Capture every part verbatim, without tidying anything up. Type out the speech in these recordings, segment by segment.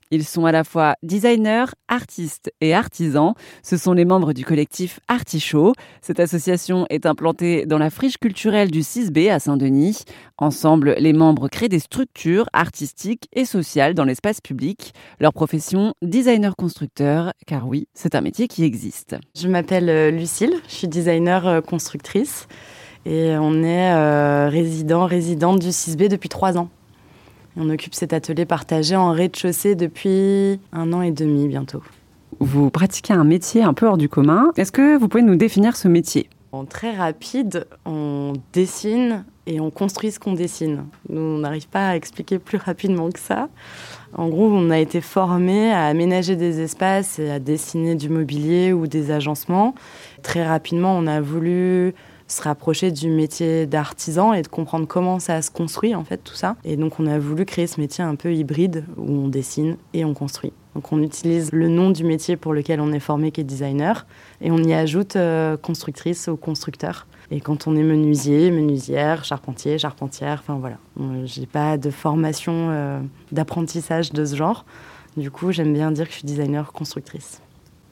Ils sont à la fois designers, artistes et artisans. Ce sont les membres du collectif Artichaut. Cette association est implantée dans la friche culturelle du six B à Saint-Denis. Ensemble, les membres créent des structures artistiques et sociales dans l'espace public. Leur profession, designer-constructeur, car oui, c'est un métier qui existe. Je m'appelle Lucille, je suis designer-constructrice et on est euh, résident, résidente du six B depuis trois ans. On occupe cet atelier partagé en rez-de-chaussée depuis un an et demi bientôt. Vous pratiquez un métier un peu hors du commun. Est-ce que vous pouvez nous définir ce métier ? En très rapide, on dessine et on construit ce qu'on dessine. Nous, on n'arrive pas à expliquer plus rapidement que ça. En gros, on a été formés à aménager des espaces et à dessiner du mobilier ou des agencements. Très rapidement, on a voulu se rapprocher du métier d'artisan et de comprendre comment ça se construit, en fait, tout ça. Et donc, on a voulu créer ce métier un peu hybride où on dessine et on construit. Donc, on utilise le nom du métier pour lequel on est formé, qui est designer, et on y ajoute euh, constructrice ou constructeur. Et quand on est menuisier, menuisière, charpentier, charpentière, enfin voilà. Euh, j'ai pas de formation euh, d'apprentissage de ce genre. Du coup, j'aime bien dire que je suis designer constructrice.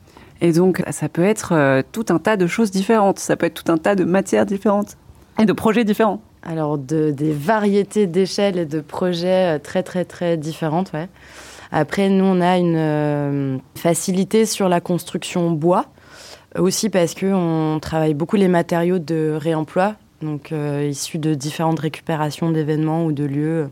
Et donc, ça peut être euh, tout un tas de choses différentes. Ça peut être tout un tas de matières différentes et de projets différents. Alors, de, des variétés d'échelles et de projets très, très, très différentes, ouais. Après, nous, on a une euh, facilité sur la construction bois. Aussi parce qu'on travaille beaucoup les matériaux de réemploi, donc euh, issus de différentes récupérations d'événements ou de lieux.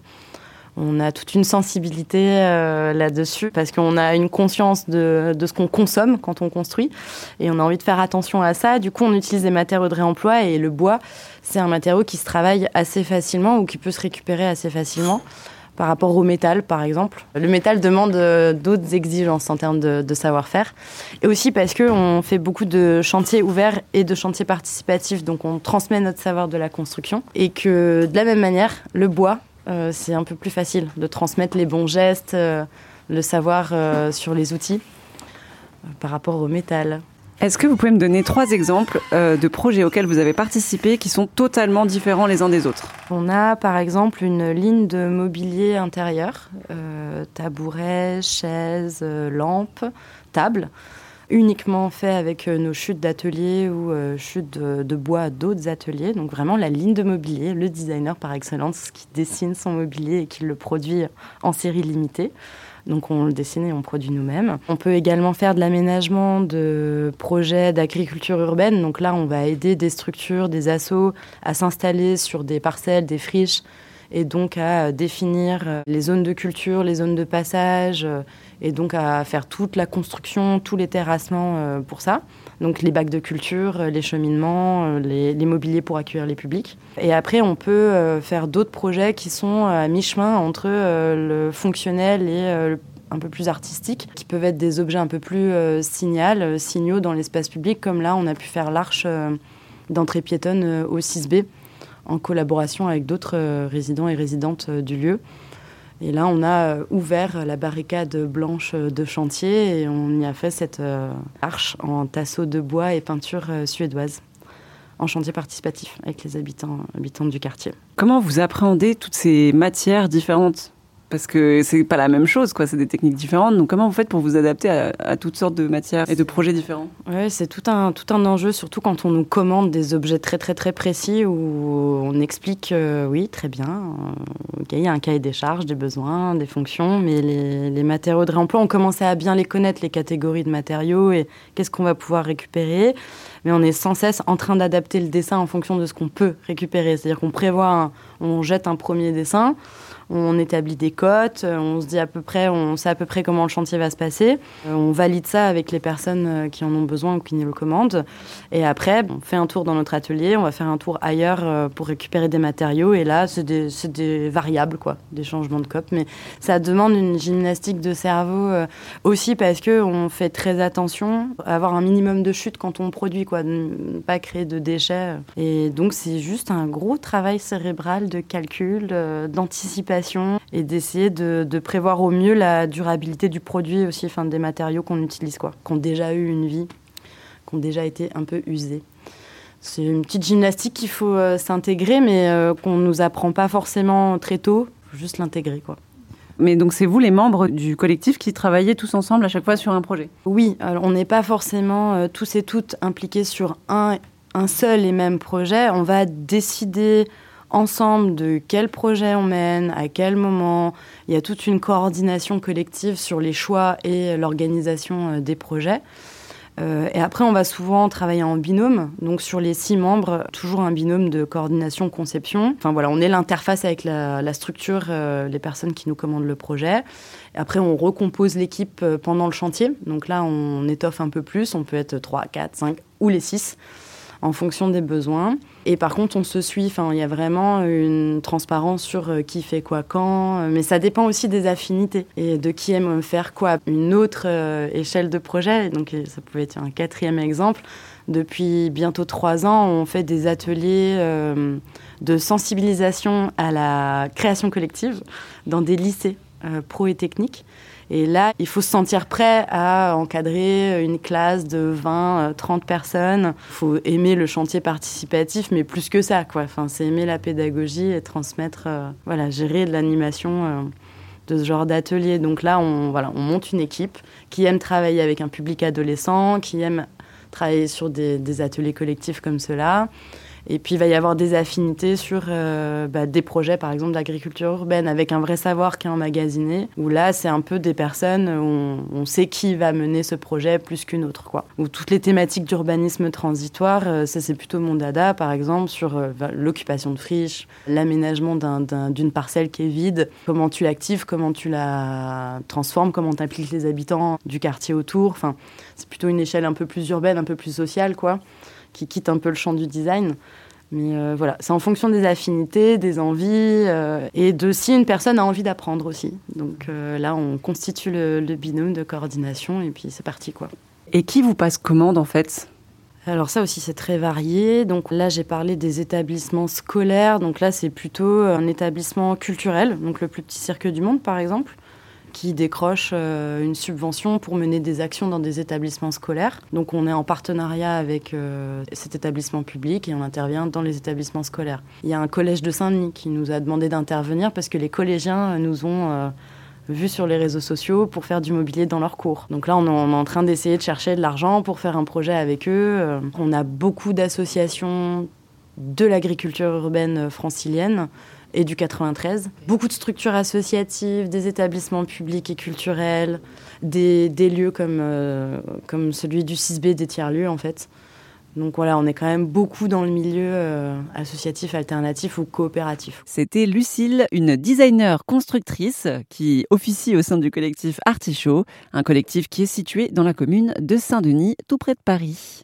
On a toute une sensibilité euh, là-dessus parce qu'on a une conscience de, de ce qu'on consomme quand on construit et on a envie de faire attention à ça. Du coup, on utilise des matériaux de réemploi et le bois, c'est un matériau qui se travaille assez facilement ou qui peut se récupérer assez facilement par rapport au métal, par exemple. Le métal demande euh, d'autres exigences en termes de, de savoir-faire. Et aussi parce qu'on fait beaucoup de chantiers ouverts et de chantiers participatifs, donc on transmet notre savoir de la construction. Et que, de la même manière, le bois, Euh, c'est un peu plus facile de transmettre les bons gestes, euh, le savoir euh, sur les outils euh, par rapport au métal. Est-ce que vous pouvez me donner trois exemples euh, de projets auxquels vous avez participé qui sont totalement différents les uns des autres ? On a par exemple une ligne de mobilier intérieur, euh, tabouret, chaises, euh, lampes, tables, uniquement fait avec nos chutes d'atelier ou euh, chutes de, de bois à d'autres ateliers. Donc vraiment la ligne de mobilier, le designer par excellence qui dessine son mobilier et qui le produit en série limitée. Donc on le dessine et on produit nous-mêmes. On peut également faire de l'aménagement de projets d'agriculture urbaine. Donc là, on va aider des structures, des assos à s'installer sur des parcelles, des friches, et donc à définir les zones de culture, les zones de passage, et donc à faire toute la construction, tous les terrassements pour ça. Donc les bacs de culture, les cheminements, les, les mobiliers pour accueillir les publics. Et après, on peut faire d'autres projets qui sont à mi-chemin entre le fonctionnel et un peu plus artistique, qui peuvent être des objets un peu plus signal, signaux dans l'espace public, comme là, on a pu faire l'arche d'entrée piétonne au six B, en collaboration avec d'autres euh, résidents et résidentes euh, du lieu. Et là, on a euh, ouvert la barricade blanche de chantier et on y a fait cette euh, arche en tasseau de bois et peinture euh, suédoise, en chantier participatif avec les habitants, habitants du quartier. Comment vous appréhendez toutes ces matières différentes ? Parce que c'est pas la même chose, quoi. C'est des techniques différentes. Donc comment vous faites pour vous adapter à, à toutes sortes de matières et de projets différents ? Oui, c'est tout un, tout un enjeu, surtout quand on nous commande des objets très très très précis où on explique, euh, oui, très bien, euh, okay, il y a un cahier des charges, des besoins, des fonctions, mais les, les matériaux de réemploi, on commençait à bien les connaître, les catégories de matériaux et qu'est-ce qu'on va pouvoir récupérer. Mais on est sans cesse en train d'adapter le dessin en fonction de ce qu'on peut récupérer. C'est-à-dire qu'on prévoit, un, on jette un premier dessin, on établit des cotes, on se dit à peu près, on sait à peu près comment le chantier va se passer. On valide ça avec les personnes qui en ont besoin ou qui nous le commandent. Et après, on fait un tour dans notre atelier, on va faire un tour ailleurs pour récupérer des matériaux. Et là, c'est des, c'est des variables, quoi, des changements de cope. Mais ça demande une gymnastique de cerveau aussi parce qu'on fait très attention à avoir un minimum de chute quand on produit, quoi, de ne pas créer de déchets. Et donc, c'est juste un gros travail cérébral de calcul, d'anticipation et d'essayer de, de prévoir au mieux la durabilité du produit aussi, enfin des matériaux qu'on utilise, quoi, qui ont déjà eu une vie, qui ont déjà été un peu usés. C'est une petite gymnastique qu'il faut euh, s'intégrer, mais euh, qu'on ne nous apprend pas forcément très tôt, il faut juste l'intégrer, quoi. Mais donc c'est vous les membres du collectif qui travaillez tous ensemble à chaque fois sur un projet? Oui, alors on n'est pas forcément euh, tous et toutes impliqués sur un, un seul et même projet. On va décider ensemble de quel projet on mène, à quel moment. Il y a toute une coordination collective sur les choix et l'organisation euh, des projets. Euh, et après, on va souvent travailler en binôme. Donc, sur les six membres, toujours un binôme de coordination-conception. Enfin, voilà, on est l'interface avec la, la structure, euh, les personnes qui nous commandent le projet. Et après, on recompose l'équipe pendant le chantier. Donc là, on étoffe un peu plus. On peut être trois, quatre, cinq ou les six en fonction des besoins. Et par contre, on se suit. Enfin, il y a vraiment une transparence sur qui fait quoi quand. Mais ça dépend aussi des affinités et de qui aime faire quoi. Une autre euh, échelle de projet, donc ça pouvait être un quatrième exemple. Depuis bientôt trois ans, on fait des ateliers euh, de sensibilisation à la création collective dans des lycées euh, pro et techniques. Et là, il faut se sentir prêt à encadrer une classe de vingt, trente personnes. Il faut aimer le chantier participatif, mais plus que ça, quoi. Enfin, c'est aimer la pédagogie et transmettre, euh, voilà, gérer de l'animation euh, de ce genre d'atelier. Donc là, on, voilà, on monte une équipe qui aime travailler avec un public adolescent, qui aime travailler sur des, des ateliers collectifs comme cela. Et puis, il va y avoir des affinités sur euh, bah, des projets, par exemple, d'agriculture urbaine, avec un vrai savoir qui est emmagasiné, où là, c'est un peu des personnes, où on, on sait qui va mener ce projet plus qu'une autre, quoi. Ou toutes les thématiques d'urbanisme transitoire, euh, ça, c'est plutôt mon dada, par exemple, sur euh, l'occupation de friches, l'aménagement d'un, d'un, d'une parcelle qui est vide, comment tu l'actives, comment tu la transformes, comment tu impliques les habitants du quartier autour. Enfin, c'est plutôt une échelle un peu plus urbaine, un peu plus sociale, quoi, qui quitte un peu le champ du design. Mais euh, voilà, c'est en fonction des affinités, des envies, euh, et de si une personne a envie d'apprendre aussi. Donc euh, là, on constitue le, le binôme de coordination, et puis c'est parti, quoi. Et qui vous passe commande, en fait ? Alors ça aussi, c'est très varié. Donc là, j'ai parlé des établissements scolaires. Donc là, c'est plutôt un établissement culturel, donc le plus petit cirque du monde, par exemple, qui décroche euh, une subvention pour mener des actions dans des établissements scolaires. Donc on est en partenariat avec euh, cet établissement public et on intervient dans les établissements scolaires. Il y a un collège de Saint-Denis qui nous a demandé d'intervenir parce que les collégiens nous ont euh, vus sur les réseaux sociaux pour faire du mobilier dans leurs cours. Donc là, on est en train d'essayer de chercher de l'argent pour faire un projet avec eux. On a beaucoup d'associations de l'agriculture urbaine francilienne et du quatre-vingt-treize. Beaucoup de structures associatives, des établissements publics et culturels, des, des lieux comme, euh, comme celui du six B, des tiers-lieux en fait. Donc voilà, on est quand même beaucoup dans le milieu euh, associatif, alternatif ou coopératif. C'était Lucille, une designer constructrice qui officie au sein du collectif Artichaut, un collectif qui est situé dans la commune de Saint-Denis, tout près de Paris.